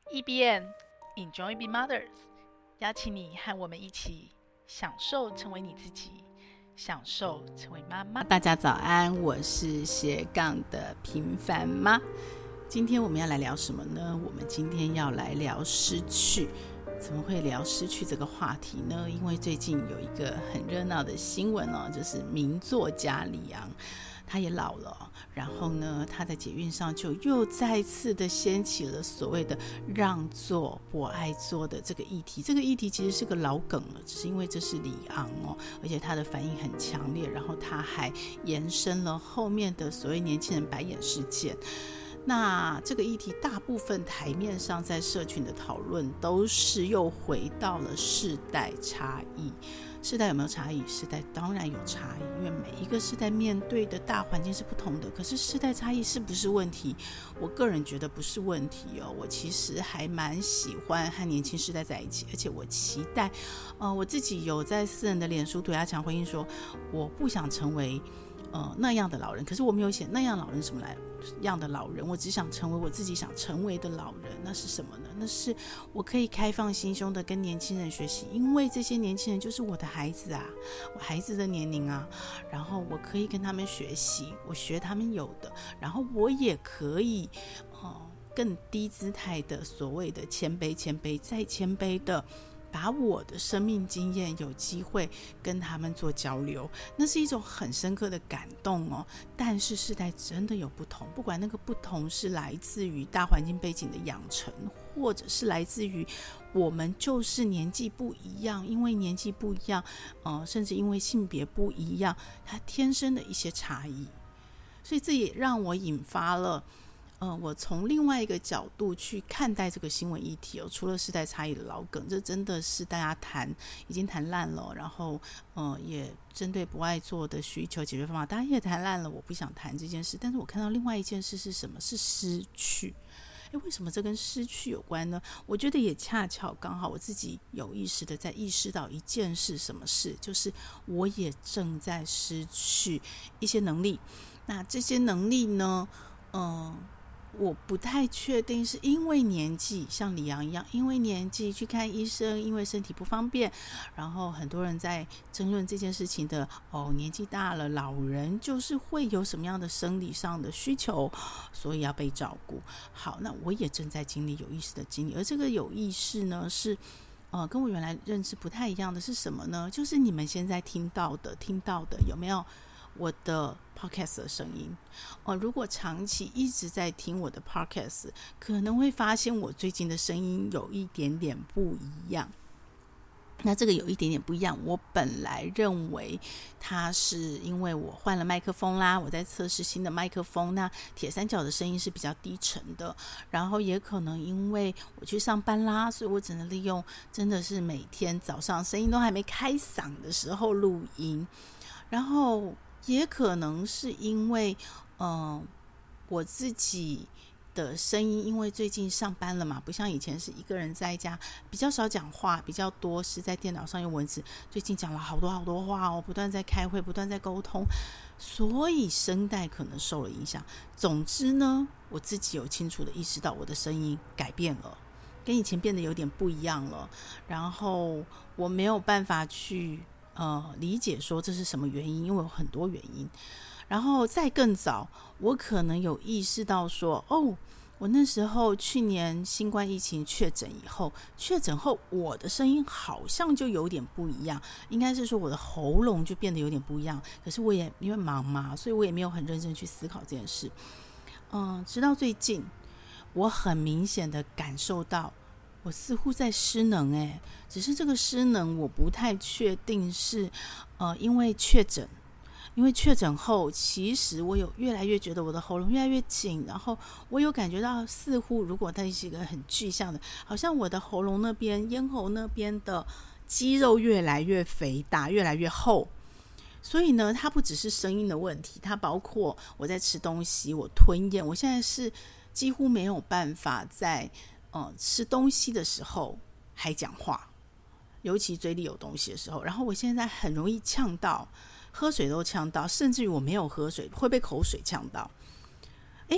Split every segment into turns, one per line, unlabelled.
EBN Enjoy Be Mothers， 邀请你和我们一起享受成为你自己，享受成为妈妈。
大家早安，我是斜杠的平凡妈。今天我们要来聊什么呢？我们今天要来聊失去。怎么会聊失去这个话题呢？因为最近有一个很热闹的新闻哦，就是名作家李昂，他也老了，然后呢，他在捷运上就又再次的掀起了所谓的让座不爱坐的这个议题。这个议题其实是个老梗了，只是因为这是李昂哦，而且他的反应很强烈，然后他还延伸了后面的所谓年轻人白眼事件。那这个议题大部分台面上在社群的讨论都是又回到了世代差异。世代有没有差异？世代当然有差异，因为每一个世代面对的大环境是不同的。可是世代差异是不是问题？我个人觉得不是问题哦。我其实还蛮喜欢和年轻世代在一起，而且我期待我自己有在私人的脸书涂鸦墙回应说，我不想成为那样的老人，可是我没有写那样老人什么样的老人，我只想成为我自己想成为的老人。那是什么呢？那是我可以开放心胸的跟年轻人学习，因为这些年轻人就是我的孩子啊，我孩子的年龄啊，然后我可以跟他们学习，我学他们有的，然后我也可以更低姿态的所谓的谦卑再谦卑的把我的生命经验有机会跟他们做交流，那是一种很深刻的感动哦。但是世代真的有不同，不管那个不同是来自于大环境背景的养成，或者是来自于我们就是年纪不一样，因为年纪不一样，甚至因为性别不一样，它天生的一些差异。所以这也让我引发了我从另外一个角度去看待这个新闻议题哦。除了世代差异的老梗，这真的是大家已经谈烂了，然后也针对不爱做的需求解决方法，大家也谈烂了，我不想谈这件事。但是我看到另外一件事是什么？是失去。为什么这跟失去有关呢？我觉得也恰巧刚好我自己有意识的在意识到一件事，什么事？就是我也正在失去一些能力。那这些能力呢我不太确定是因为年纪，像李阳一样，因为年纪去看医生，因为身体不方便，然后很多人在争论这件事情的年纪大了，老人就是会有什么样的生理上的需求，所以要被照顾。好，那我也正在经历有意识的经历，而这个有意识呢是跟我原来认知不太一样的是什么呢？就是你们现在听到的有没有我的 podcast 的声音？如果长期一直在听我的 podcast， 可能会发现我最近的声音有一点点不一样。那这个有一点点不一样，我本来认为它是因为我换了麦克风啦，我在测试新的麦克风，那铁三角的声音是比较低沉的，然后也可能因为我去上班啦，所以我只能利用真的是每天早上声音都还没开嗓的时候录音，然后也可能是因为我自己的声音，因为最近上班了嘛，不像以前是一个人在家，比较少讲话，比较多是在电脑上用文字。最近讲了好多话哦，不断在开会，不断在沟通，所以声带可能受了影响。总之呢，我自己有清楚的意识到我的声音改变了，跟以前变得有点不一样了。然后我没有办法去理解说这是什么原因，因为有很多原因。然后再更早，我可能有意识到说我那时候去年新冠疫情确诊后我的声音好像就有点不一样，应该是说我的喉咙就变得有点不一样。可是我也因为忙嘛，所以我也没有很认真去思考这件事。直到最近我很明显的感受到我似乎在失能只是这个失能我不太确定是因为确诊后，其实我有越来越觉得我的喉咙越来越紧，然后我有感觉到似乎如果它是一个很具象的，好像我的喉咙那边咽喉那边的肌肉越来越肥大，越来越厚。所以呢，它不只是声音的问题，它包括我在吃东西，我吞咽，我现在是几乎没有办法在吃东西的时候还讲话，尤其嘴里有东西的时候。然后我现在很容易呛到，喝水都呛到，甚至于我没有喝水会被口水呛到。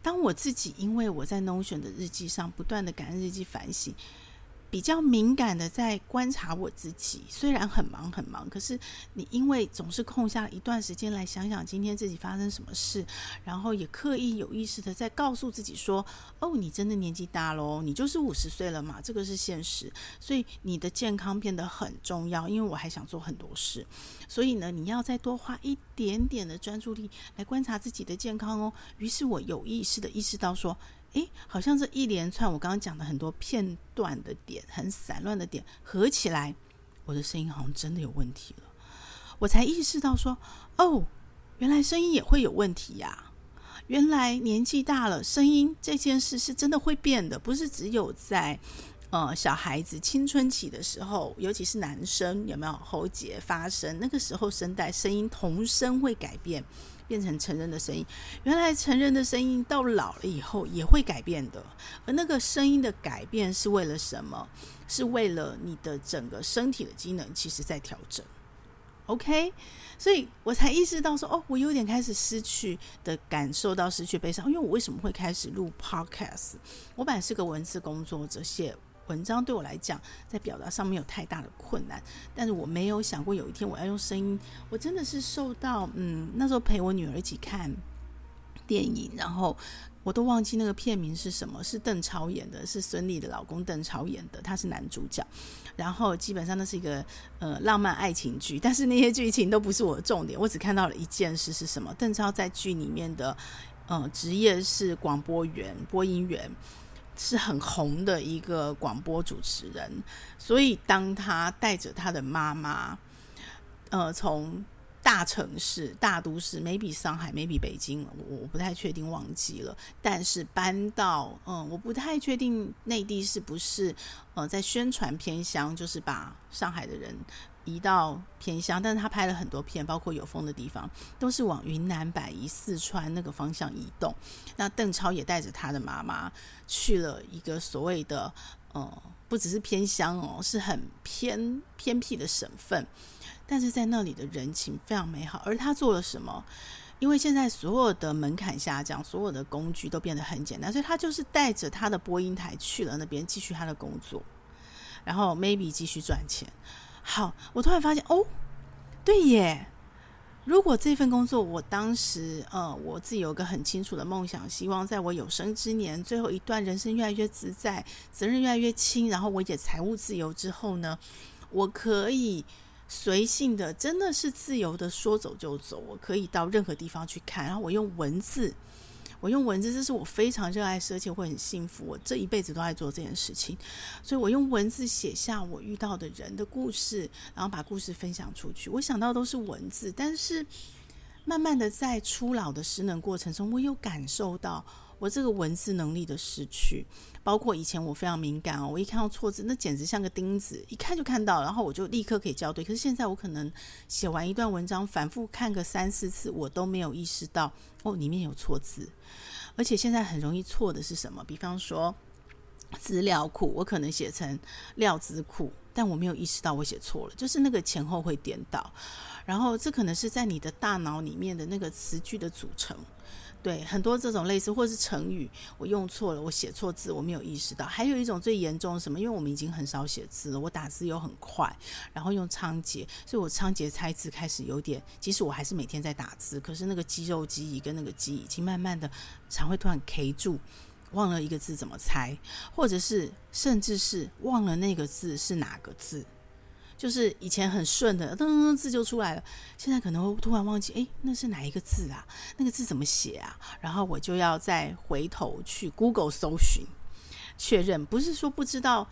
当我自己因为我在 Notion 的日记上不断的感恩日记反省，比较敏感的在观察我自己，虽然很忙，可是你因为总是空下一段时间来想想今天自己发生什么事，然后也刻意有意识的在告诉自己说，你真的年纪大咯，你就是50岁了嘛，这个是现实，所以你的健康变得很重要，因为我还想做很多事，所以呢你要再多花一点点的专注力来观察自己的健康哦。于是我有意识的意识到说，好像这一连串我刚刚讲的很多片段的点，很散乱的点合起来，我的声音好像真的有问题了。我才意识到说，原来声音也会有问题呀，原来年纪大了，声音这件事是真的会变的，不是只有在小孩子青春期的时候，尤其是男生有没有喉结发声，那个时候声带声音同声会改变，变成成人的声音。原来成人的声音到老了以后也会改变的，而那个声音的改变是为了什么？是为了你的整个身体的机能其实在调整。OK， 所以我才意识到说，我有点开始失去的感受到失去悲伤。因为我为什么会开始录 Podcast？ 我本来是个文字工作者，写文章对我来讲在表达上面有太大的困难，但是我没有想过有一天我要用声音。我真的是受到那时候陪我女儿一起看电影，然后我都忘记那个片名是什么，是邓超演的，是孙俪的老公邓超演的，他是男主角。然后基本上那是一个浪漫爱情剧，但是那些剧情都不是我的重点，我只看到了一件事是什么？邓超在剧里面的职业是广播员、播音员，是很红的一个广播主持人。所以当他带着他的妈妈从大城市大都市 maybe 上海 maybe 北京，我不太确定忘记了，但是搬到我不太确定内地是不是在宣传偏乡，就是把上海的人移到偏乡，但是他拍了很多片，包括有风的地方都是往云南百宜四川那个方向移动。那邓超也带着他的妈妈去了一个所谓的不只是偏乡是很偏僻的省份，但是在那里的人情非常美好。而他做了什么？因为现在所有的门槛下降，所有的工具都变得很简单，所以他就是带着他的播音台去了那边继续他的工作，然后 maybe 继续赚钱。好，我突然发现对耶，如果这份工作我当时我自己有个很清楚的梦想，希望在我有生之年最后一段人生越来越自在，责任越来越轻，然后我也财务自由之后呢，我可以随性的真的是自由的说走就走，我可以到任何地方去看，然后我用文字，这是我非常热爱而且会很幸福，我这一辈子都在做这件事情。所以我用文字写下我遇到的人的故事，然后把故事分享出去。我想到都是文字，但是慢慢的在初老的失能过程中，我有感受到我这个文字能力的失去。包括以前我非常敏感我一看到错字那简直像个钉子，一看就看到，然后我就立刻可以校对。可是现在我可能写完一段文章反复看个3-4次，我都没有意识到里面有错字。而且现在很容易错的是什么？比方说资料库，我可能写成料资库，但我没有意识到我写错了，就是那个前后会颠倒。然后这可能是在你的大脑里面的那个词句的组成，对，很多这种类似，或是成语我用错了，我写错字，我没有意识到。还有一种最严重的什么？因为我们已经很少写字了，我打字又很快，然后用仓颉，所以我仓颉猜字开始有点，即使我还是每天在打字，可是那个肌肉记忆跟那个记忆已经慢慢的常会突然 K 住，忘了一个字怎么猜，或者是甚至是忘了那个字是哪个字。就是以前很顺的噔字就出来了，现在可能会突然忘记那是哪一个字啊，那个字怎么写啊，然后我就要再回头去 Google 搜寻确认，不是说不知道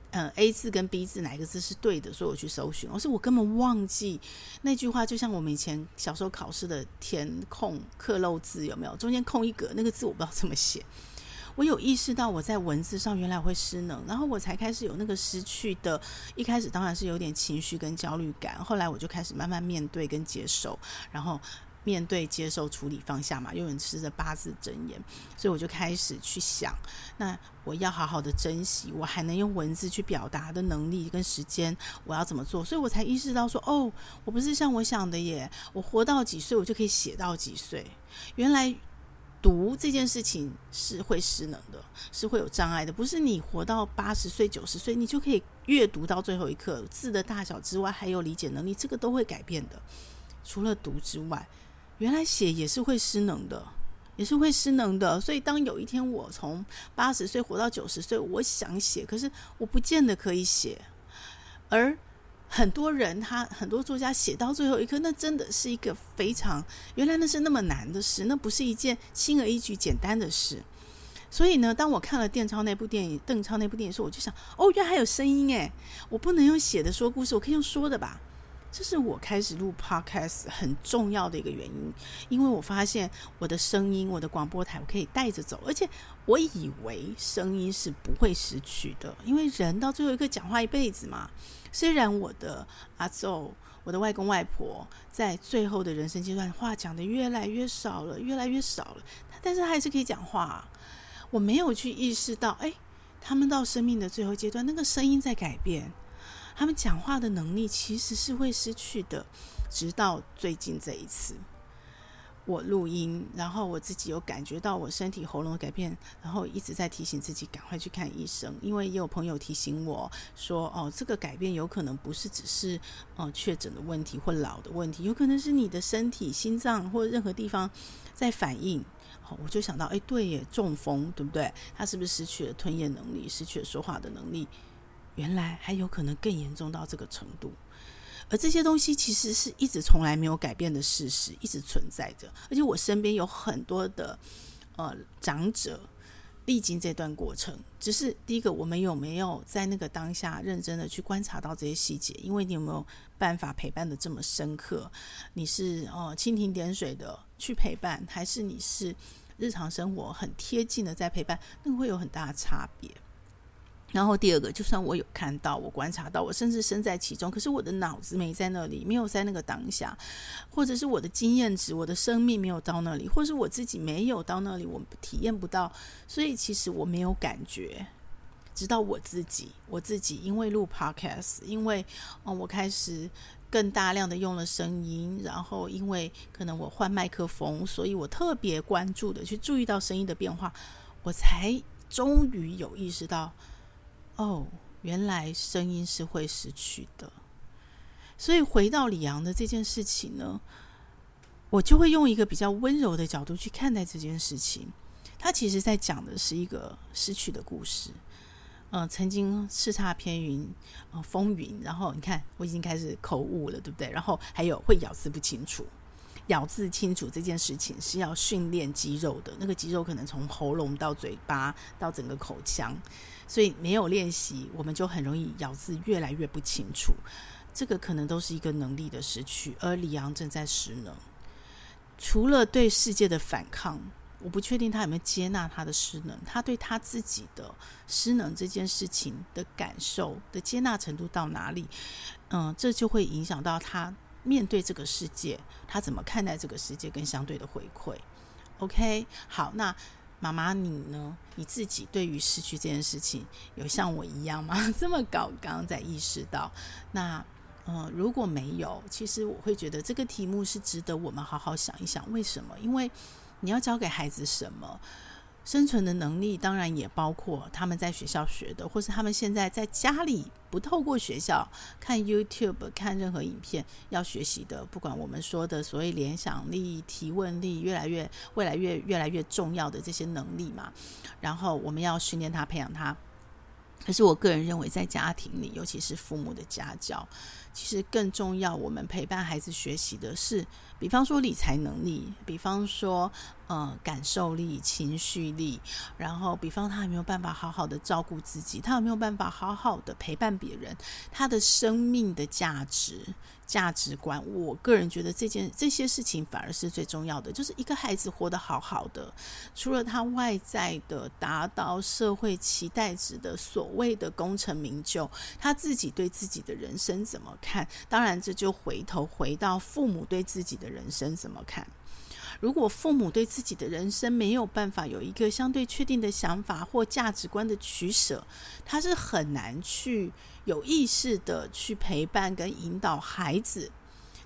A 字跟 B 字哪一个字是对的所以我去搜寻，而是我根本忘记那句话。就像我们以前小时候考试的填空刻漏字，有没有中间空一格，那个字我不知道怎么写。我有意识到我在文字上原来会失能，然后我才开始有那个失去的，一开始当然是有点情绪跟焦虑感，后来我就开始慢慢面对跟接受，然后面对接受处理放下嘛，永远吃着8字真言。所以我就开始去想，那我要好好的珍惜我还能用文字去表达的能力跟时间，我要怎么做。所以我才意识到说我不是像我想的耶，我活到几岁我就可以写到几岁。原来读这件事情是会失能的，是会有障碍的，不是你活到80岁90岁你就可以阅读到最后一刻，字的大小之外还有理解能力，这个都会改变的。除了读之外，原来写也是会失能的，也是会失能的。所以当有一天我从80岁活到90岁，我想写，可是我不见得可以写。而很多人很多作家写到最后一刻，那真的是一个非常，原来那是那么难的事，那不是一件轻而易举简单的事。所以呢，当我看了邓超那部电影的时候，我就想，原来还有声音耶，我不能用写的说故事，我可以用说的吧。这是我开始录 podcast 很重要的一个原因，因为我发现我的声音，我的广播台我可以带着走，而且我以为声音是不会失去的，因为人到最后一刻讲话一辈子嘛。虽然我的阿祖、我的外公外婆在最后的人生阶段话讲的越来越少了，但是他还是可以讲话。我没有去意识到，他们到生命的最后阶段，那个声音在改变，他们讲话的能力其实是会失去的。直到最近这一次我录音，然后我自己有感觉到我身体喉咙的改变，然后一直在提醒自己赶快去看医生。因为也有朋友提醒我说，这个改变有可能不是只是确诊的问题或老的问题，有可能是你的身体心脏或任何地方在反应。我就想到对耶，中风对不对？他是不是失去了吞咽能力，失去了说话的能力？原来还有可能更严重到这个程度。而这些东西其实是一直从来没有改变的事实，一直存在着。而且我身边有很多的长者历经这段过程，只是第一个，我们有没有在那个当下认真的去观察到这些细节？因为你有没有办法陪伴的这么深刻？你是蜻蜓点水的去陪伴，还是你是日常生活很贴近的在陪伴？那个会有很大的差别。然后第二个，就算我有看到，我观察到，我甚至身在其中，可是我的脑子没在那里，没有在那个当下，或者是我的经验值，我的生命没有到那里，或是我自己没有到那里，我体验不到，所以其实我没有感觉。直到我自己因为录 podcast， 因为我开始更大量的用了声音，然后因为可能我换麦克风，所以我特别关注的去注意到声音的变化，我才终于有意识到，原来声音是会失去的。所以回到李昂的这件事情呢，我就会用一个比较温柔的角度去看待这件事情。他其实在讲的是一个失去的故事。曾经叱咤偏云，风云，然后你看我已经开始口误了，对不对？然后还有会咬字不清楚。咬字清楚这件事情是要训练肌肉的，那个肌肉可能从喉咙到嘴巴到整个口腔，所以没有练习，我们就很容易咬字越来越不清楚。这个可能都是一个能力的失去，而李昂正在失能。除了对世界的反抗，我不确定他有没有接纳他的失能，他对他自己的失能这件事情的感受的接纳程度到哪里，这就会影响到他面对这个世界，他怎么看待这个世界跟相对的回馈。 OK， 好，那妈妈你呢？你自己对于失去这件事情有像我一样吗？这么刚刚才意识到。那如果没有，其实我会觉得这个题目是值得我们好好想一想。为什么？因为你要教给孩子什么？生存的能力当然也包括他们在学校学的，或是他们现在在家里不透过学校看 YouTube 看任何影片要学习的，不管我们说的所谓联想力、提问力，越来越重要的这些能力嘛，然后我们要训练他、培养他。可是我个人认为，在家庭里，尤其是父母的家教，其实更重要，我们陪伴孩子学习的是，比方说理财能力，比方说感受力、情绪力，然后比方他有没有办法好好的照顾自己，他有没有办法好好的陪伴别人，他的生命的价值观，我个人觉得这些事情反而是最重要的。就是一个孩子活得好好的，除了他外在的达到社会期待值的所谓的功成名就，他自己对自己的人生怎么看？当然这就回到父母对自己的人生怎么看。如果父母对自己的人生没有办法有一个相对确定的想法或价值观的取舍，他是很难去有意识的去陪伴跟引导孩子。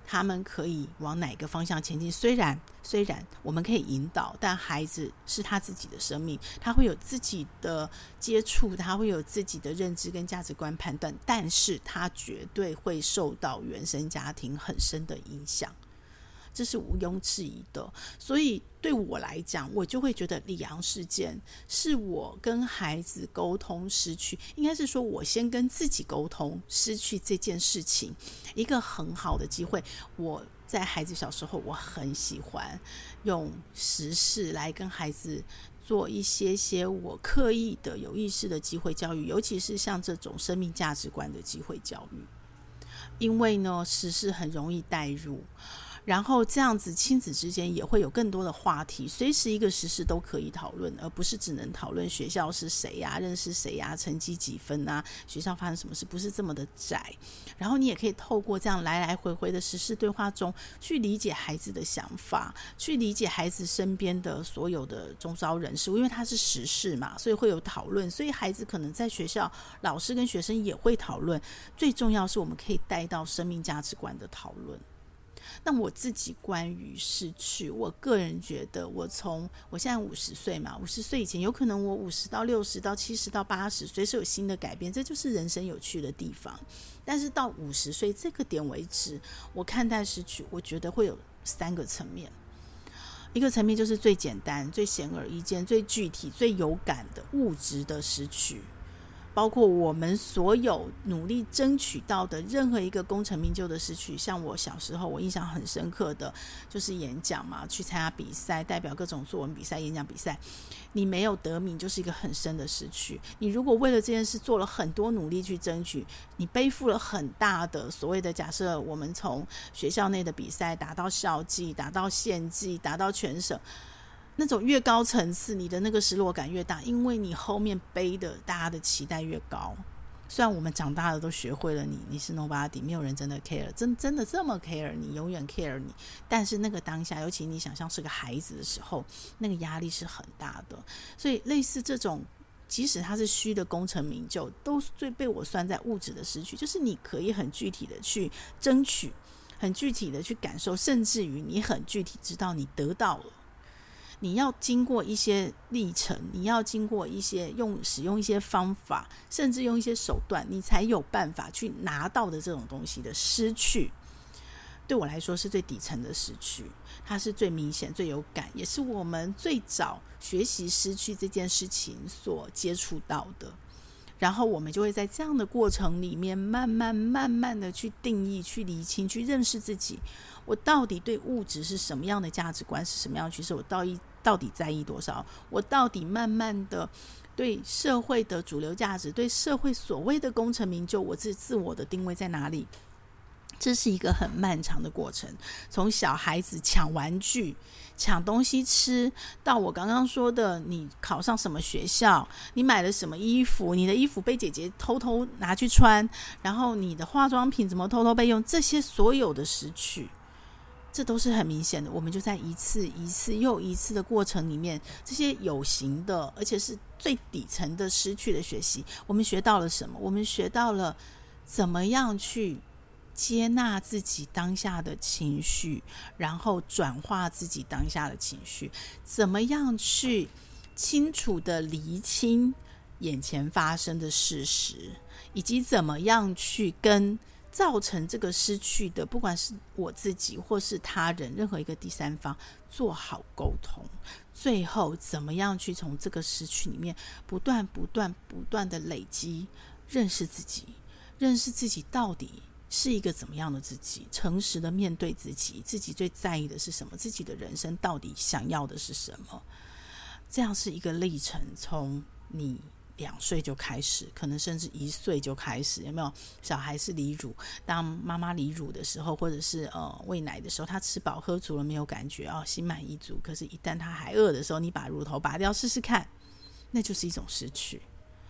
他们可以往哪个方向前进。虽然我们可以引导，但孩子是他自己的生命，他会有自己的接触，他会有自己的认知跟价值观判断，但是他绝对会受到原生家庭很深的影响，这是毋庸置疑的。所以对我来讲，我就会觉得里昂事件是我跟孩子沟通失去，应该是说我先跟自己沟通失去这件事情一个很好的机会。我在孩子小时候，我很喜欢用时事来跟孩子做一些我刻意的有意识的机会教育，尤其是像这种生命价值观的机会教育，因为呢时事很容易带入，然后这样子亲子之间也会有更多的话题，随时一个时事都可以讨论，而不是只能讨论学校是谁啊，认识谁啊，成绩几分啊，学校发生什么事，不是这么的窄。然后你也可以透过这样来来回回的时事对话中去理解孩子的想法，去理解孩子身边的所有的周遭人事物，因为它是时事嘛，所以会有讨论，所以孩子可能在学校老师跟学生也会讨论，最重要是我们可以带到生命价值观的讨论。那我自己关于失去，我个人觉得我现在50岁嘛，50岁以前有可能我50到60到70到80随时有新的改变，这就是人生有趣的地方。但是到50岁这个点为止，我看待失去，我觉得会有3个层面。一个层面就是最简单最显而易见最具体最有感的物质的失去，包括我们所有努力争取到的任何一个功成名就的失去。像我小时候我印象很深刻的就是演讲嘛，去参加比赛，代表各种作文比赛演讲比赛，你没有得名就是一个很深的失去。你如果为了这件事做了很多努力去争取，你背负了很大的所谓的，假设我们从学校内的比赛打到校际，打到县际，打到全省，那种越高层次你的那个失落感越大，因为你后面背的大家的期待越高。虽然我们长大了都学会了你是 nobody， 没有人真的 care， 真的这么 care 你，永远 care 你，但是那个当下，尤其你想象是个孩子的时候，那个压力是很大的。所以类似这种即使它是虚的功成名就，都最被我算在物质的失去，就是你可以很具体的去争取，很具体的去感受，甚至于你很具体知道你得到了，你要经过一些历程，你要经过一些使用一些方法，甚至用一些手段，你才有办法去拿到的这种东西的失去，对我来说是最底层的失去，它是最明显最有感，也是我们最早学习失去这件事情所接触到的。然后我们就会在这样的过程里面慢慢的去定义，去厘清，去认识自己，我到底对物质是什么样的价值观，是什么样的趋势，我到底在意多少，我到底慢慢的对社会的主流价值，对社会所谓的功成名就，我自我的定位在哪里。这是一个很漫长的过程，从小孩子抢玩具抢东西吃，到我刚刚说的你考上什么学校，你买了什么衣服，你的衣服被姐姐偷偷拿去穿，然后你的化妆品怎么偷偷被用，这些所有的失去，这都是很明显的。我们就在一次一次又一次的过程里面，这些有形的而且是最底层的失去的学习，我们学到了什么？我们学到了怎么样去接纳自己当下的情绪，然后转化自己当下的情绪，怎么样去清楚的厘清眼前发生的事实，以及怎么样去跟造成这个失去的，不管是我自己或是他人，任何一个第三方做好沟通，最后怎么样去从这个失去里面不断的累积，认识自己到底是一个怎么样的自己，诚实的面对自己最在意的是什么，自己的人生到底想要的是什么。这样是一个历程，从你2岁就开始，可能甚至1岁就开始，有没有？小孩是离乳，当妈妈离乳的时候，或者是喂奶的时候，他吃饱喝足了没有感觉，心满意足，可是一旦他还饿的时候，你把乳头拔掉试试看，那就是一种失去。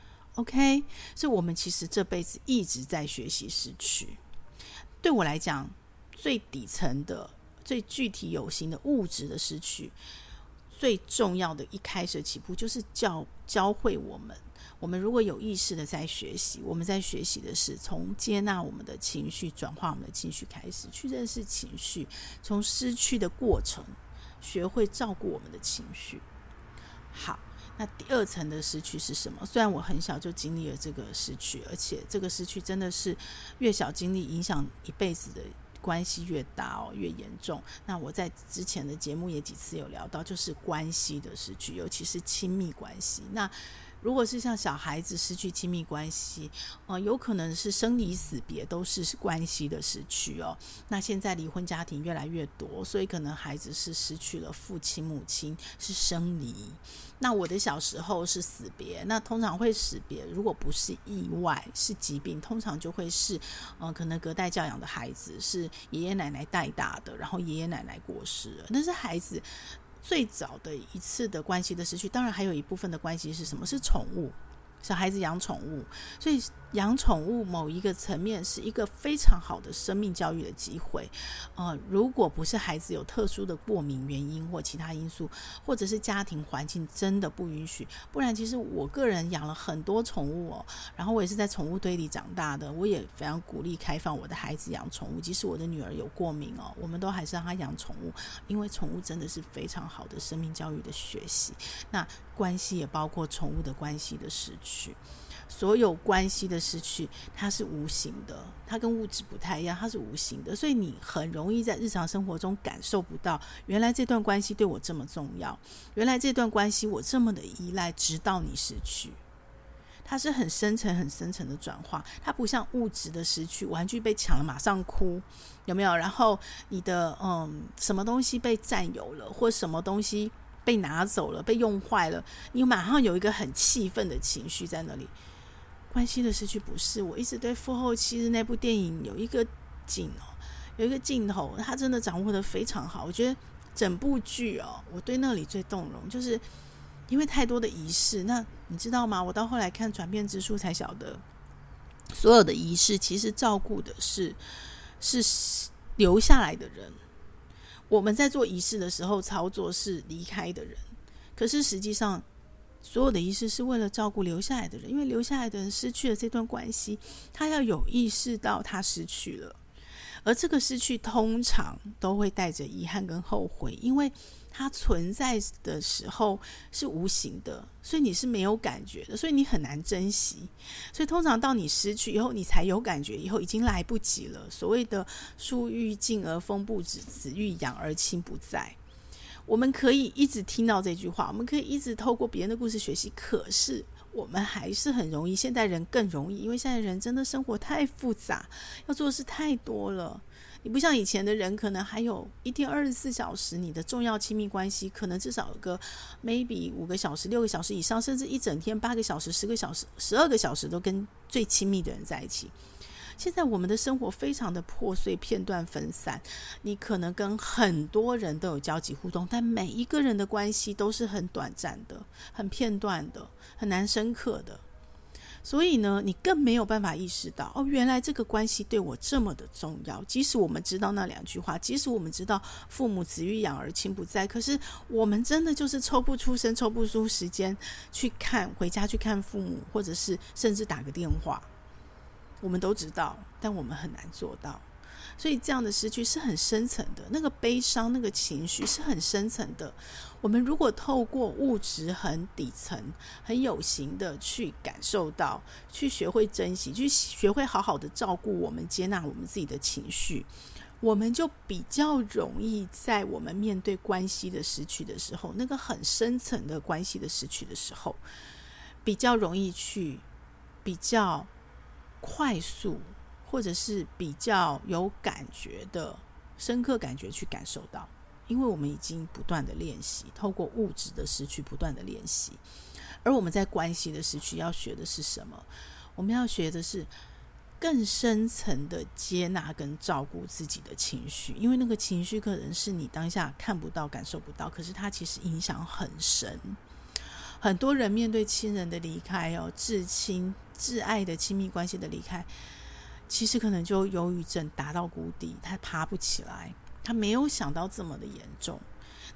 OK， 所以我们其实这辈子一直在学习失去。对我来讲，最底层的最具体有形的物质的失去， 最重要的一开始起步就是教会我们如果有意识的在学习，我们在学习的是从接纳我们的情绪，转化我们的情绪开始，去认识情绪，从失去的过程学会照顾我们的情绪。好，那第二层的失去是什么？虽然我很小就经历了这个失去，而且这个失去真的是越小经历影响一辈子的关系越大越严重。那我在之前的节目也几次有聊到，就是关系的失去，尤其是亲密关系。那如果是像小孩子失去亲密关系，有可能是生离死别都是关系的失去哦。那现在离婚家庭越来越多，所以可能孩子是失去了父亲母亲，是生离。那我的小时候是死别，那通常会死别，如果不是意外是疾病，通常就会是可能隔代教养的孩子，是爷爷奶奶带大的，然后爷爷奶奶过世了，那是孩子最早的一次的关系的失去。当然还有一部分的关系是什么？是宠物，小孩子养宠物，所以养宠物某一个层面是一个非常好的生命教育的机会。如果不是孩子有特殊的过敏原因或其他因素，或者是家庭环境真的不允许，不然其实我个人养了很多宠物然后我也是在宠物堆里长大的，我也非常鼓励开放我的孩子养宠物，即使我的女儿有过敏我们都还是让她养宠物，因为宠物真的是非常好的生命教育的学习。那关系也包括宠物的关系的失去，所有关系的失去它是无形的，它跟物质不太一样，它是无形的，所以你很容易在日常生活中感受不到，原来这段关系对我这么重要，原来这段关系我这么的依赖，直到你失去。它是很深层很深层的转化，它不像物质的失去，玩具被抢了马上哭，有没有？然后你的什么东西被占有了，或什么东西被拿走了，被用坏了，你马上有一个很气愤的情绪在那里。关系的失去不是，我一直对《父后7日》那部电影有一个镜头，他真的掌握得非常好。我觉得整部剧我对那里最动容，就是因为太多的仪式。那你知道吗？我到后来看转变之书才晓得，所有的仪式其实照顾的是留下来的人。我们在做仪式的时候操作是离开的人，可是实际上所有的仪式是为了照顾留下来的人，因为留下来的人失去了这段关系，他要有意识到他失去了，而这个失去通常都会带着遗憾跟后悔，因为它存在的时候是无形的，所以你是没有感觉的，所以你很难珍惜。所以通常到你失去以后，你才有感觉，以后已经来不及了。所谓的树欲静而风不止，子欲养而亲不在。我们可以一直听到这句话，我们可以一直透过别人的故事学习，可是我们还是很容易，现代人更容易，因为现在人真的生活太复杂，要做的事太多了。你不像以前的人，可能还有一天24小时，你的重要亲密关系可能至少有个 maybe 5个小时、6个小时以上，甚至一整天8个小时、10个小时、12个小时都跟最亲密的人在一起。现在我们的生活非常的破碎、片段分散，你可能跟很多人都有交集互动，但每一个人的关系都是很短暂的、很片段的、很难深刻的。所以呢，你更没有办法意识到原来这个关系对我这么的重要。即使我们知道那2句话，即使我们知道父母子欲养而亲不在，可是我们真的就是抽不出身、抽不出时间去看，回家去看父母，或者是甚至打个电话。我们都知道，但我们很难做到。所以这样的失去是很深层的，那个悲伤、那个情绪是很深层的。我们如果透过物质很底层、很有形的去感受到，去学会珍惜，去学会好好的照顾我们、接纳我们自己的情绪，我们就比较容易在我们面对关系的失去的时候，那个很深层的关系的失去的时候，比较容易去比较快速，或者是比较有感觉的深刻感觉去感受到。因为我们已经不断的练习，透过物质的失去不断的练习。而我们在关系的失去要学的是什么？我们要学的是更深层的接纳跟照顾自己的情绪，因为那个情绪可能是你当下看不到感受不到，可是它其实影响很深。很多人面对亲人的离开至亲挚爱的亲密关系的离开，其实可能就忧郁症达到谷底，他爬不起来，他没有想到这么的严重。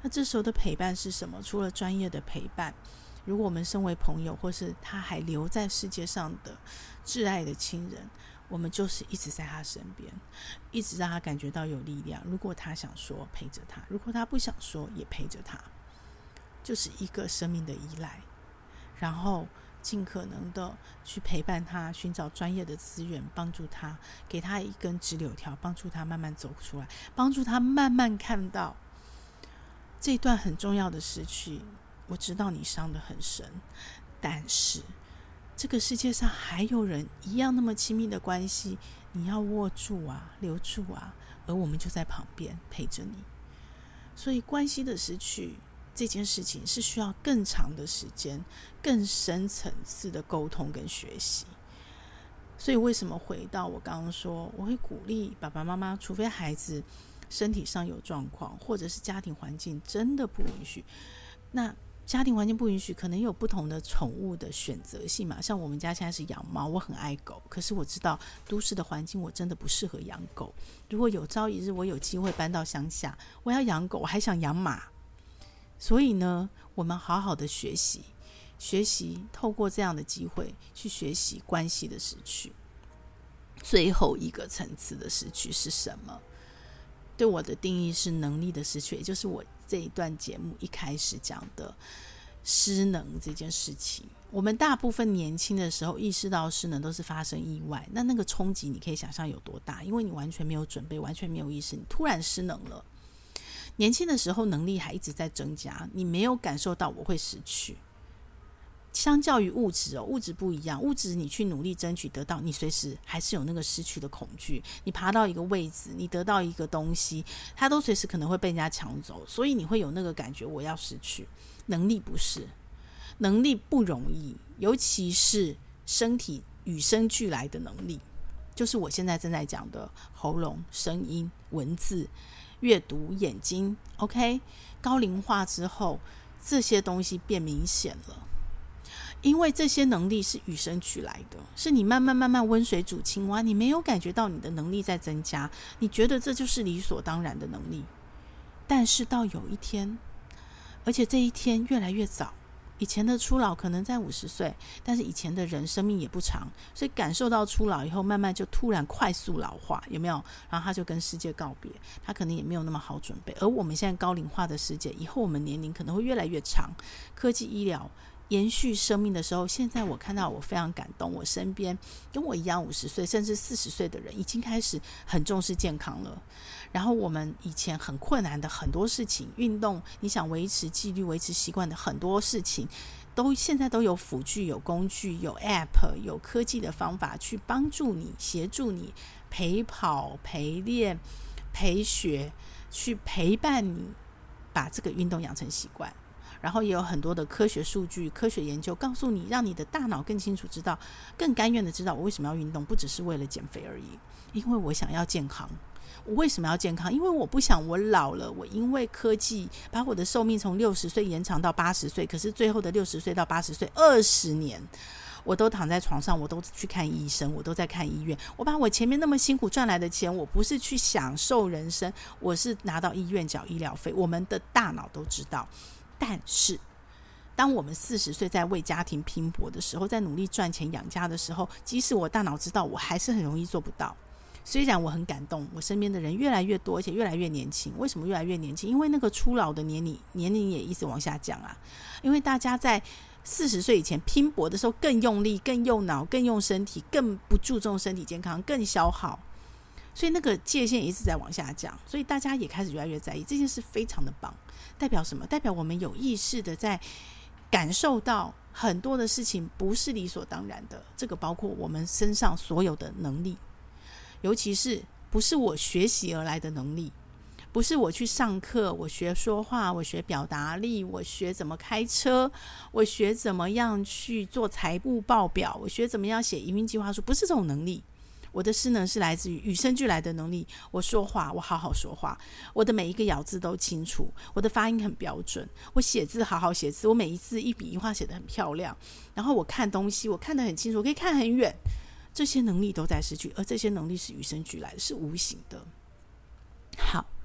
那这时候的陪伴是什么？除了专业的陪伴，如果我们身为朋友，或是他还留在世界上的挚爱的亲人，我们就是一直在他身边，一直让他感觉到有力量。如果他想说，陪着他；如果他不想说，也陪着他。就是一个生命的依赖，然后尽可能的去陪伴他，寻找专业的资源帮助他，给他一根直柳条，帮助他慢慢走出来，帮助他慢慢看到这段很重要的失去。我知道你伤得很深，但是这个世界上还有人一样那么亲密的关系，你要握住啊，留住啊，而我们就在旁边陪着你。所以关系的失去这件事情是需要更长的时间，更深层次的沟通跟学习。所以为什么回到我刚刚说，我会鼓励爸爸妈妈，除非孩子身体上有状况，或者是家庭环境真的不允许，那家庭环境不允许，可能有不同的宠物的选择性嘛。像我们家现在是养猫，我很爱狗，可是我知道都市的环境我真的不适合养狗。如果有朝一日我有机会搬到乡下，我要养狗，我还想养马。所以呢，我们好好的学习，透过这样的机会去学习关系的失去。最后一个层次的失去是什么？对我的定义是能力的失去，也就是我这一段节目一开始讲的失能这件事情。我们大部分年轻的时候意识到失能都是发生意外，那个冲击你可以想象有多大，因为你完全没有准备，完全没有意识，你突然失能了。年轻的时候能力还一直在增加，你没有感受到我会失去。相较于物质物质不一样，物质你去努力争取得到，你随时还是有那个失去的恐惧。你爬到一个位置，你得到一个东西，它都随时可能会被人家抢走，所以你会有那个感觉我要失去。能力不是，能力不容易，尤其是身体与生俱来的能力，就是我现在正在讲的喉咙、声音、文字、阅读、眼睛 OK， 高龄化之后这些东西变明显了，因为这些能力是与生俱来的，是你慢慢温水煮青蛙，你没有感觉到你的能力在增加，你觉得这就是理所当然的能力。但是到有一天，而且这一天越来越早，以前的初老可能在50岁，但是以前的人生命也不长，所以感受到初老以后，慢慢就突然快速老化，有没有？然后他就跟世界告别，他可能也没有那么好准备。而我们现在高龄化的世界，以后我们年龄可能会越来越长，科技医疗延续生命的时候，现在我看到我非常感动，我身边跟我一样50岁甚至40岁的人已经开始很重视健康了。然后我们以前很困难的很多事情，运动，你想维持纪律维持习惯的很多事情，现在都有辅具，有工具，有 App， 有科技的方法去帮助你，协助你陪跑陪练陪学，去陪伴你把这个运动养成习惯。然后也有很多的科学数据科学研究告诉你，让你的大脑更清楚知道，更甘愿的知道我为什么要运动，不只是为了减肥而已，因为我想要健康。我为什么要健康？因为我不想我老了，我因为科技把我的寿命从60岁延长到80岁，可是最后的60岁到80岁20年我都躺在床上，我都去看医生，我都在看医院，我把我前面那么辛苦赚来的钱，我不是去享受人生，我是拿到医院缴医疗费。我们的大脑都知道，但是当我们40岁在为家庭拼搏的时候，在努力赚钱养家的时候，即使我大脑知道，我还是很容易做不到。虽然我很感动，我身边的人越来越多，而且越来越年轻。为什么越来越年轻？因为那个初老的年龄也一直往下降啊。因为大家在40岁以前拼搏的时候更用力，更用脑，更用身体，更不注重身体健康，更消耗，所以那个界限一直在往下降，所以大家也开始越来越在意这件事，非常的棒。代表什么？代表我们有意识的在感受到很多的事情不是理所当然的，这个包括我们身上所有的能力，尤其是不是我学习而来的能力，不是我去上课，我学说话，我学表达力，我学怎么开车，我学怎么样去做财务报表，我学怎么样写营运计划书，不是这种能力。我的失能是来自于与生俱来的能力，我说话我好好说话，我的每一个咬字都清楚，我的发音很标准，我写字好好写字，我每一字一笔一画写得很漂亮，然后我看东西我看得很清楚，我可以看很远，这些能力都在失去，而这些能力是与生俱来的，是无形的。好，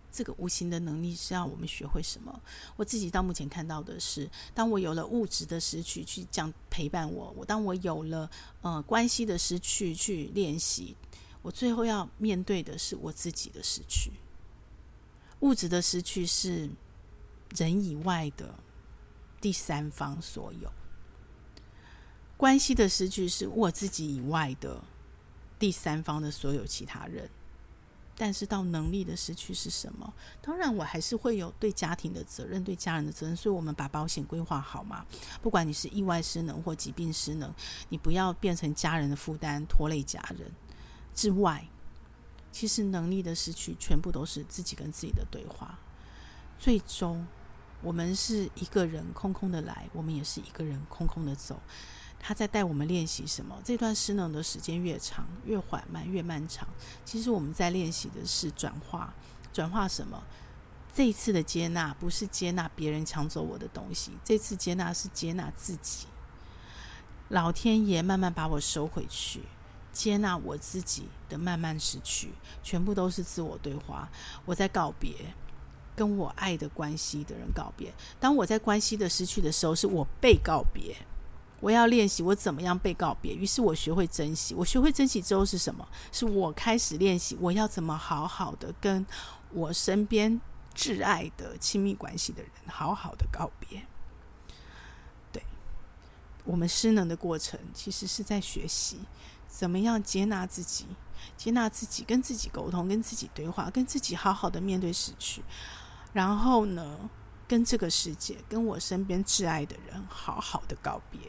这个无形的能力是要我们学会什么？我自己到目前看到的是，当我有了物质的失去去这样陪伴我，当我有了关系的失去去练习，我最后要面对的是我自己的失去。物质的失去是人以外的第三方所有，关系的失去是我自己以外的第三方的所有其他人。但是到能力的失去是什么？当然我还是会有对家庭的责任，对家人的责任，所以我们把保险规划好嘛。不管你是意外失能或疾病失能，你不要变成家人的负担，拖累家人之外，其实能力的失去全部都是自己跟自己的对话。最终我们是一个人空空的来，我们也是一个人空空的走。他在带我们练习什么？这段失能的时间越长，越缓慢，越漫长，其实我们在练习的是转化。转化什么？这一次的接纳不是接纳别人抢走我的东西，这次接纳是接纳自己。老天爷慢慢把我收回去，接纳我自己的慢慢失去，全部都是自我对话。我在告别跟我爱的关系的人告别。当我在关系的失去的时候，是我被告别。我要练习我怎么样被告别，于是我学会珍惜。我学会珍惜之后是什么？是我开始练习我要怎么好好的跟我身边挚爱的亲密关系的人好好的告别。对，我们失能的过程其实是在学习怎么样接纳自己，接纳自己，跟自己沟通，跟自己对话，跟自己好好的面对失去，然后呢跟这个世界，跟我身边挚爱的人好好的告别。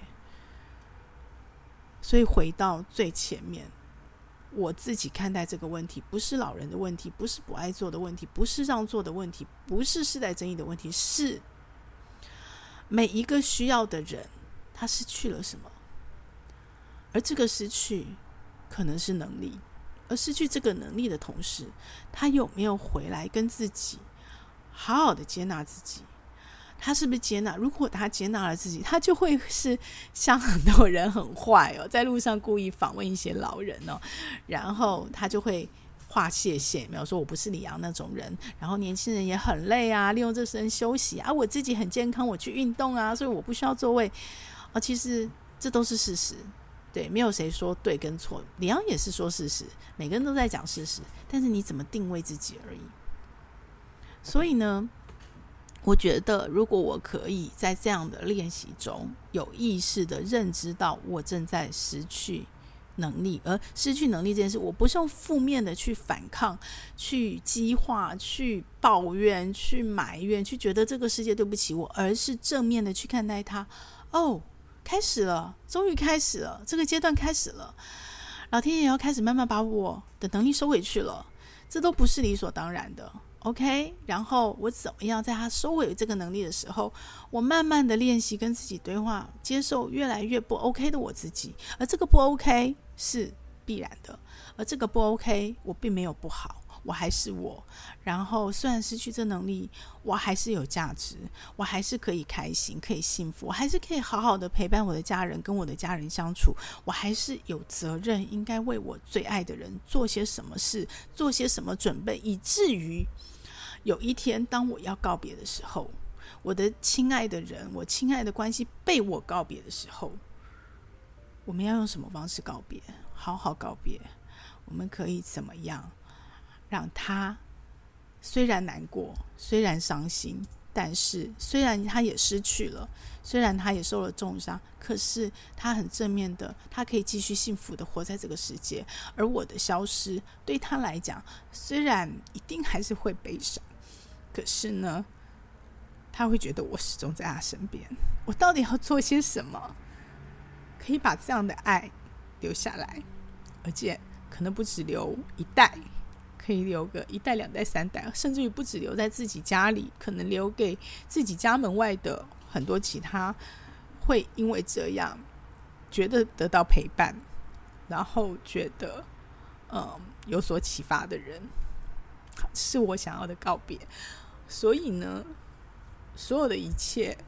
所以回到最前面，我自己看待这个问题，不是老人的问题，不是不爱做的问题，不是让座的问题，不是世代争议的问题，是每一个需要的人他失去了什么，而这个失去可能是能力，而失去这个能力的同时，他有没有回来跟自己好好的接纳自己？他是不是接纳？如果他接纳了自己，他就会是像很多人很坏哦，在路上故意访问一些老人哦，然后他就会画谢谢，没有说我不是李阳那种人，然后年轻人也很累啊，利用这时间休息啊，我自己很健康，我去运动啊，所以我不需要座位其实这都是事实。对，没有谁说对跟错，李阳也是说事实，每个人都在讲事实，但是你怎么定位自己而已。所以呢，我觉得如果我可以在这样的练习中有意识的认知到我正在失去能力，而失去能力这件事，我不是用负面的去反抗，去激化，去抱怨，去埋怨，去觉得这个世界对不起我，而是正面的去看待它。开始了，终于开始了，这个阶段开始了，老天爷要开始慢慢把我的能力收回去了，这都不是理所当然的。OK， 然后我怎么样在他收回这个能力的时候，我慢慢的练习跟自己对话，接受越来越不 OK 的我自己，而这个不 OK 是必然的，而这个不 OK 我并没有不好，我还是我。然后虽然失去这能力，我还是有价值，我还是可以开心，可以幸福，我还是可以好好的陪伴我的家人，跟我的家人相处，我还是有责任应该为我最爱的人做些什么事，做些什么准备，以至于有一天当我要告别的时候，我的亲爱的人，我亲爱的关系被我告别的时候，我们要用什么方式告别？好好告别。我们可以怎么样让他虽然难过，虽然伤心，但是虽然他也失去了，虽然他也受了重伤，可是他很正面的，他可以继续幸福的活在这个世界。而我的消失对他来讲，虽然一定还是会悲伤，可是呢，他会觉得我始终在他身边。我到底要做些什么可以把这样的爱留下来，而且可能不只留一代，可以留个一代、两代、三代，甚至于不只留在自己家里，可能留给自己家门外的很多其他会因为这样觉得得到陪伴，然后觉得有所启发的人，是我想要的告别。所以呢，所有的一切，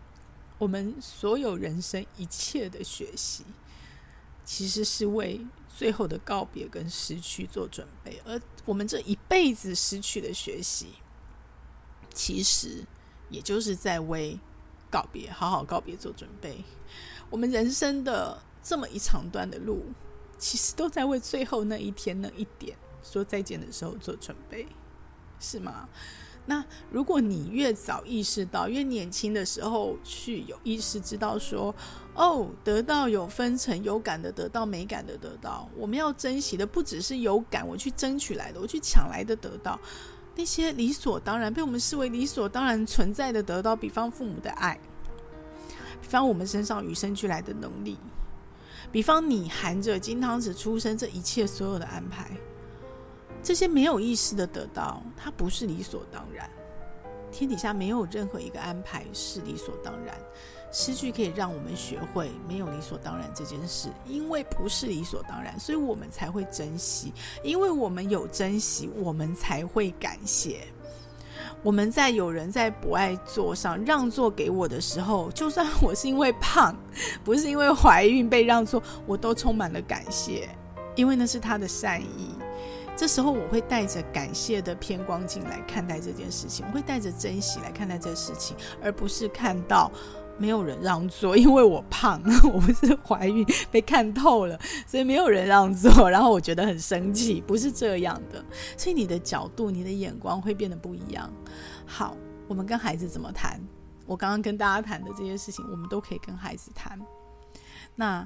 我们所有人生一切的学习，其实是为最后的告别跟失去做准备，而我们这一辈子失去的学习，其实也就是在为告别，好好告别做准备。我们人生的这么一长段的路，其实都在为最后那一天那一点说再见的时候做准备，是吗？那如果你越早意识到，越年轻的时候去有意识知道说，得到有分成，有感的得到，没感的得到，我们要珍惜的不只是有感我去争取来的，我去抢来的得到，那些理所当然被我们视为理所当然存在的得到，比方父母的爱，比方我们身上与生俱来的能力，比方你含着金汤匙出生这一切所有的安排，这些没有意识的得到，它不是理所当然。天底下没有任何一个安排是理所当然，失去可以让我们学会没有理所当然这件事，因为不是理所当然，所以我们才会珍惜，因为我们有珍惜，我们才会感谢。我们在有人在不爱座上让座给我的时候，就算我是因为胖，不是因为怀孕被让座，我都充满了感谢，因为那是他的善意。这时候我会带着感谢的偏光镜来看待这件事情，我会带着珍惜来看待这事情，而不是看到没有人让座，因为我胖，我不是怀孕被看透了，所以没有人让座，然后我觉得很生气，不是这样的。所以你的角度，你的眼光会变得不一样。好，我们跟孩子怎么谈？我刚刚跟大家谈的这些事情，我们都可以跟孩子谈。那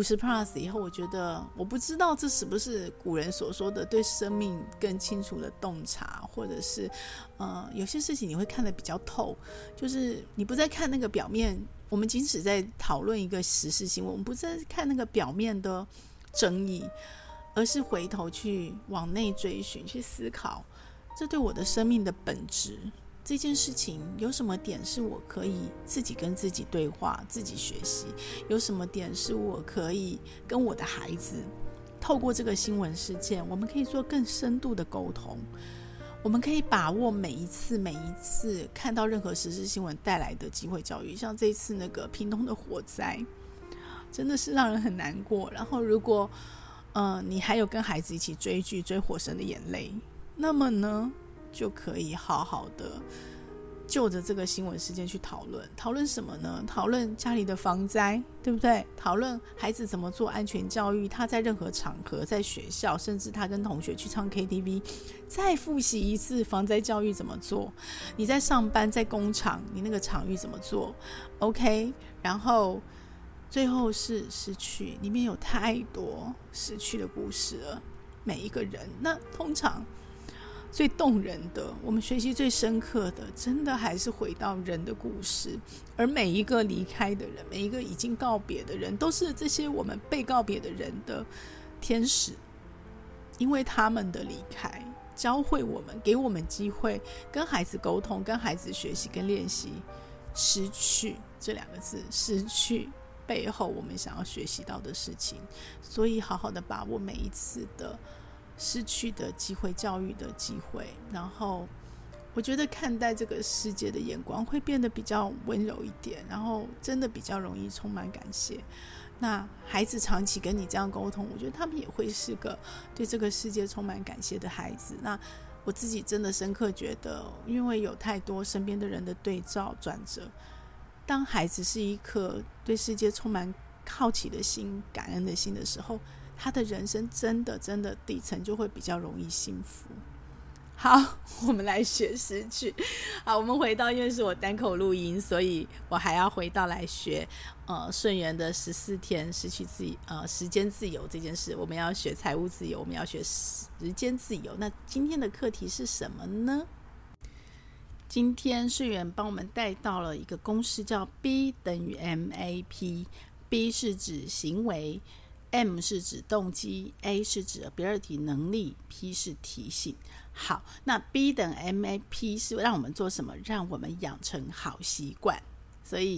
50+ 以后，我觉得我不知道这是不是古人所说的对生命更清楚的洞察，或者是有些事情你会看得比较透，就是你不再看那个表面。我们即使在讨论一个时事新闻，我们不再看那个表面的争议，而是回头去往内追寻，去思考这对我的生命的本质，这件事情有什么点是我可以自己跟自己对话，自己学习，有什么点是我可以跟我的孩子透过这个新闻事件，我们可以做更深度的沟通，我们可以把握每一次看到任何时事新闻带来的机会教育。像这一次那个屏东的火灾，真的是让人很难过。然后如果你还有跟孩子一起追剧追火神的眼泪，那么呢就可以好好的就着这个新闻事件去讨论什么呢？讨论家里的防灾，对不对？讨论孩子怎么做安全教育，他在任何场合，在学校，甚至他跟同学去唱 KTV， 再复习一次防灾教育怎么做。你在上班，在工厂，你那个场域怎么做 OK。 然后最后是失去，里面有太多失去的故事了，每一个人。那通常最动人的，我们学习最深刻的，真的还是回到人的故事。而每一个离开的人，每一个已经告别的人，都是这些我们被告别的人的天使，因为他们的离开教会我们，给我们机会跟孩子沟通，跟孩子学习跟练习失去这两个字，失去背后我们想要学习到的事情。所以好好的把握每一次的失去的机会，教育的机会，然后我觉得看待这个世界的眼光会变得比较温柔一点，然后真的比较容易充满感谢。那孩子长期跟你这样沟通，我觉得他们也会是个对这个世界充满感谢的孩子。那我自己真的深刻觉得，因为有太多身边的人的对照转折，当孩子是一颗对世界充满好奇的心，感恩的心的时候，他的人生真的底层就会比较容易幸福。好，我们来学失去。好，我们回到，因为是我单口录音，所以我还要回到来学顺源的14天失去时间自由这件事。我们要学财务自由，我们要学时间自由。那今天的课题是什么呢？今天顺源帮我们带到了一个公式，叫 B 等于 MAP。B 是指行为， M 是指动机， A 是指 ability 能力， P 是提醒。好，那 B 等于 MAP 是让我们做什么？让我们养成好习惯。所以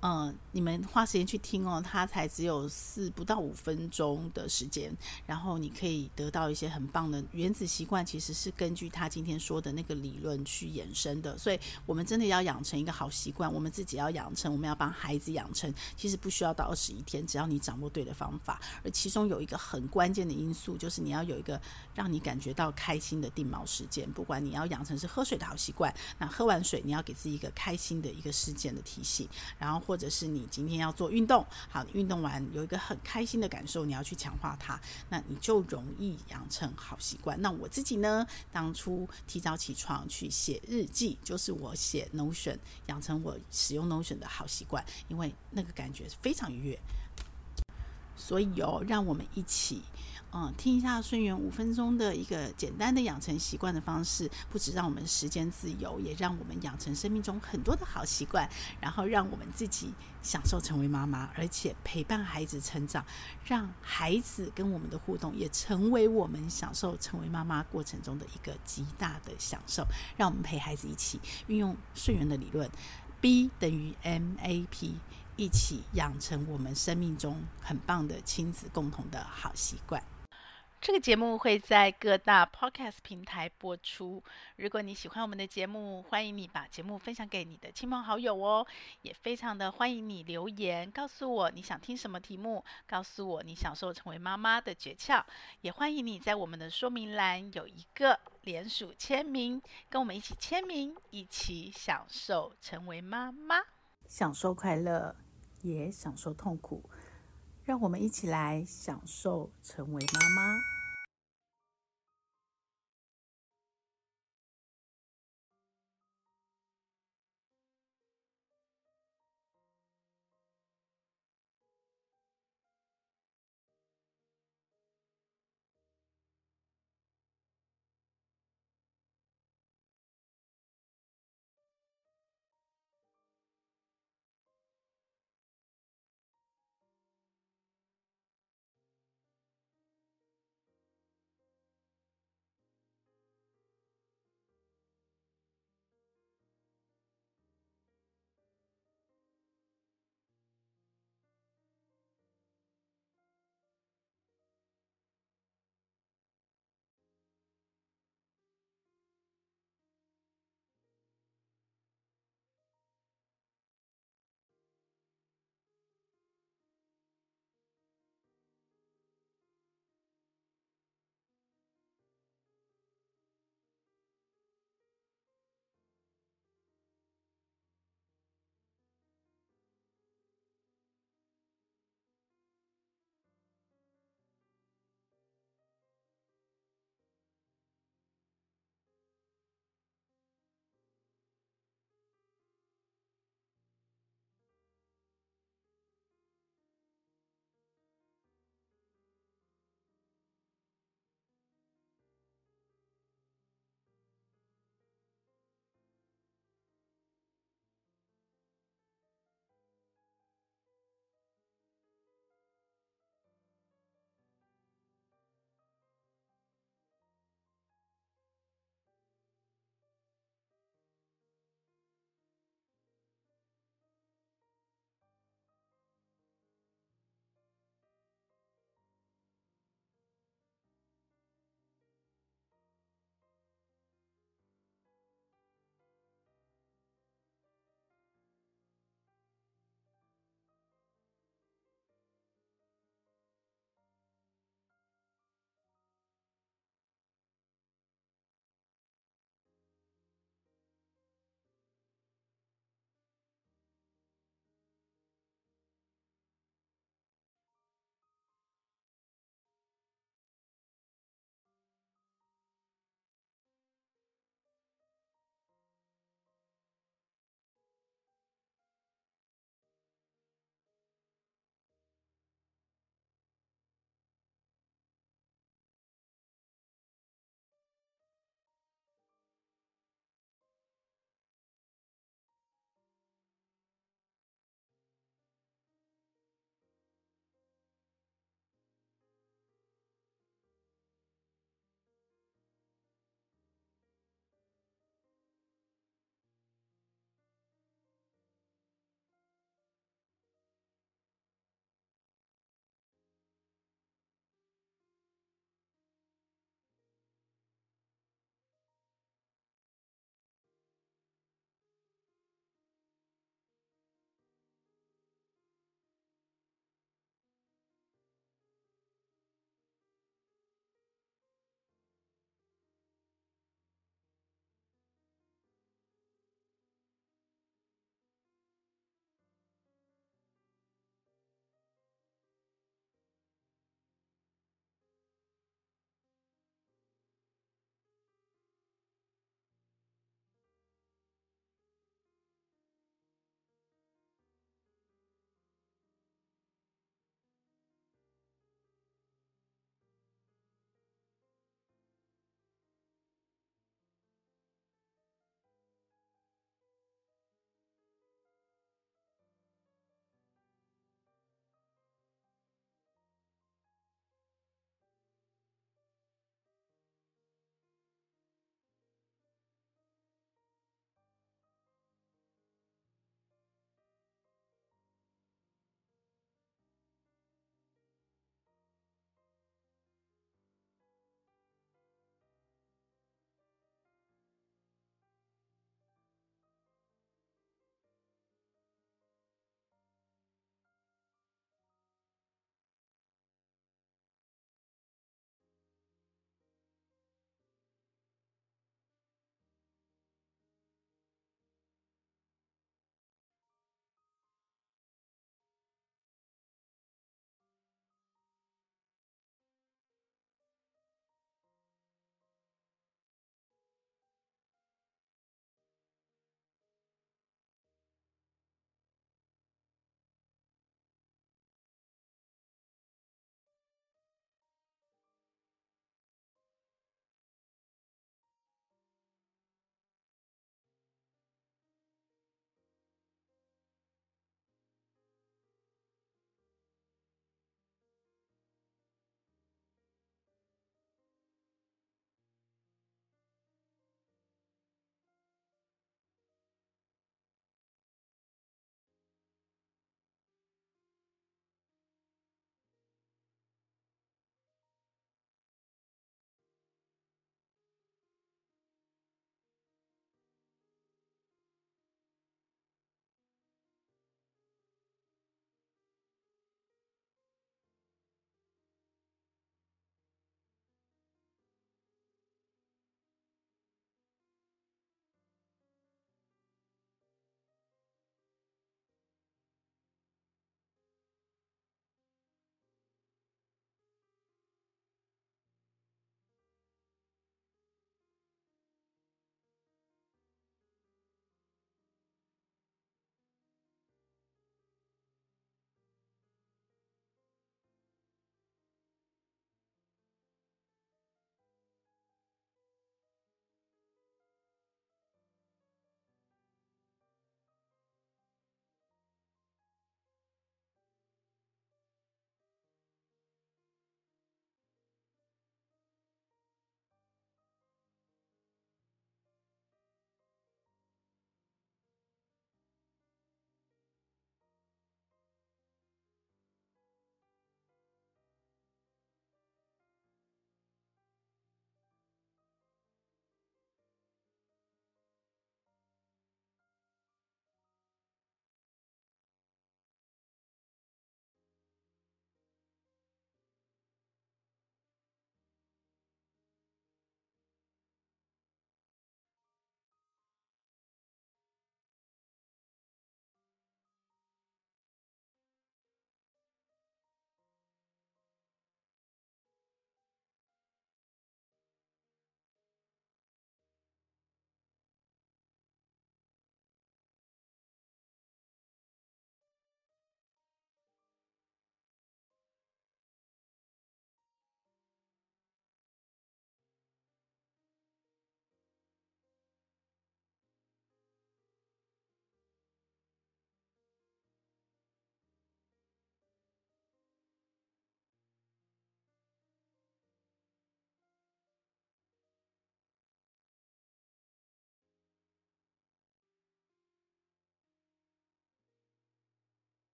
你们花时间去听哦，它才只有不到5分钟的时间，然后你可以得到一些很棒的原子习惯，其实是根据他今天说的那个理论去衍生的。所以我们真的要养成一个好习惯，我们自己要养成，我们要帮孩子养成，其实不需要到21天，只要你掌握对的方法。而其中有一个很关键的因素，就是你要有一个让你感觉到开心的定锚事件。不管你要养成是喝水的好习惯，那喝完水你要给自己一个开心的一个事件的提醒，然后或者是你今天要做运动，好，你运动完有一个很开心的感受，你要去强化它，那你就容易养成好习惯。那我自己呢，当初提早起床去写日记，就是我写 Notion， 养成我使用 Notion 的好习惯，因为那个感觉非常愉悦。所以让我们一起听一下顺源5分钟的一个简单的养成习惯的方式，不只让我们时间自由，也让我们养成生命中很多的好习惯，然后让我们自己享受成为妈妈，而且陪伴孩子成长，让孩子跟我们的互动也成为我们享受成为妈妈过程中的一个极大的享受。让我们陪孩子一起运用顺源的理论 B 等于 MAP，一起养成我们生命中很棒的亲子共同的好习惯。
这个节目会在各大 podcast 平台播出。如果你喜欢我们的节目，欢迎你把节目分享给你的亲朋好友哦。也非常的欢迎你留言，告诉我你想听什么题目，告诉我你享受成为妈妈的诀窍。也欢迎你在我们的说明栏有一个联署签名，跟我们一起签名，一起享受成为妈妈，
享受快乐，也享受痛苦。让我们一起来享受成为妈妈。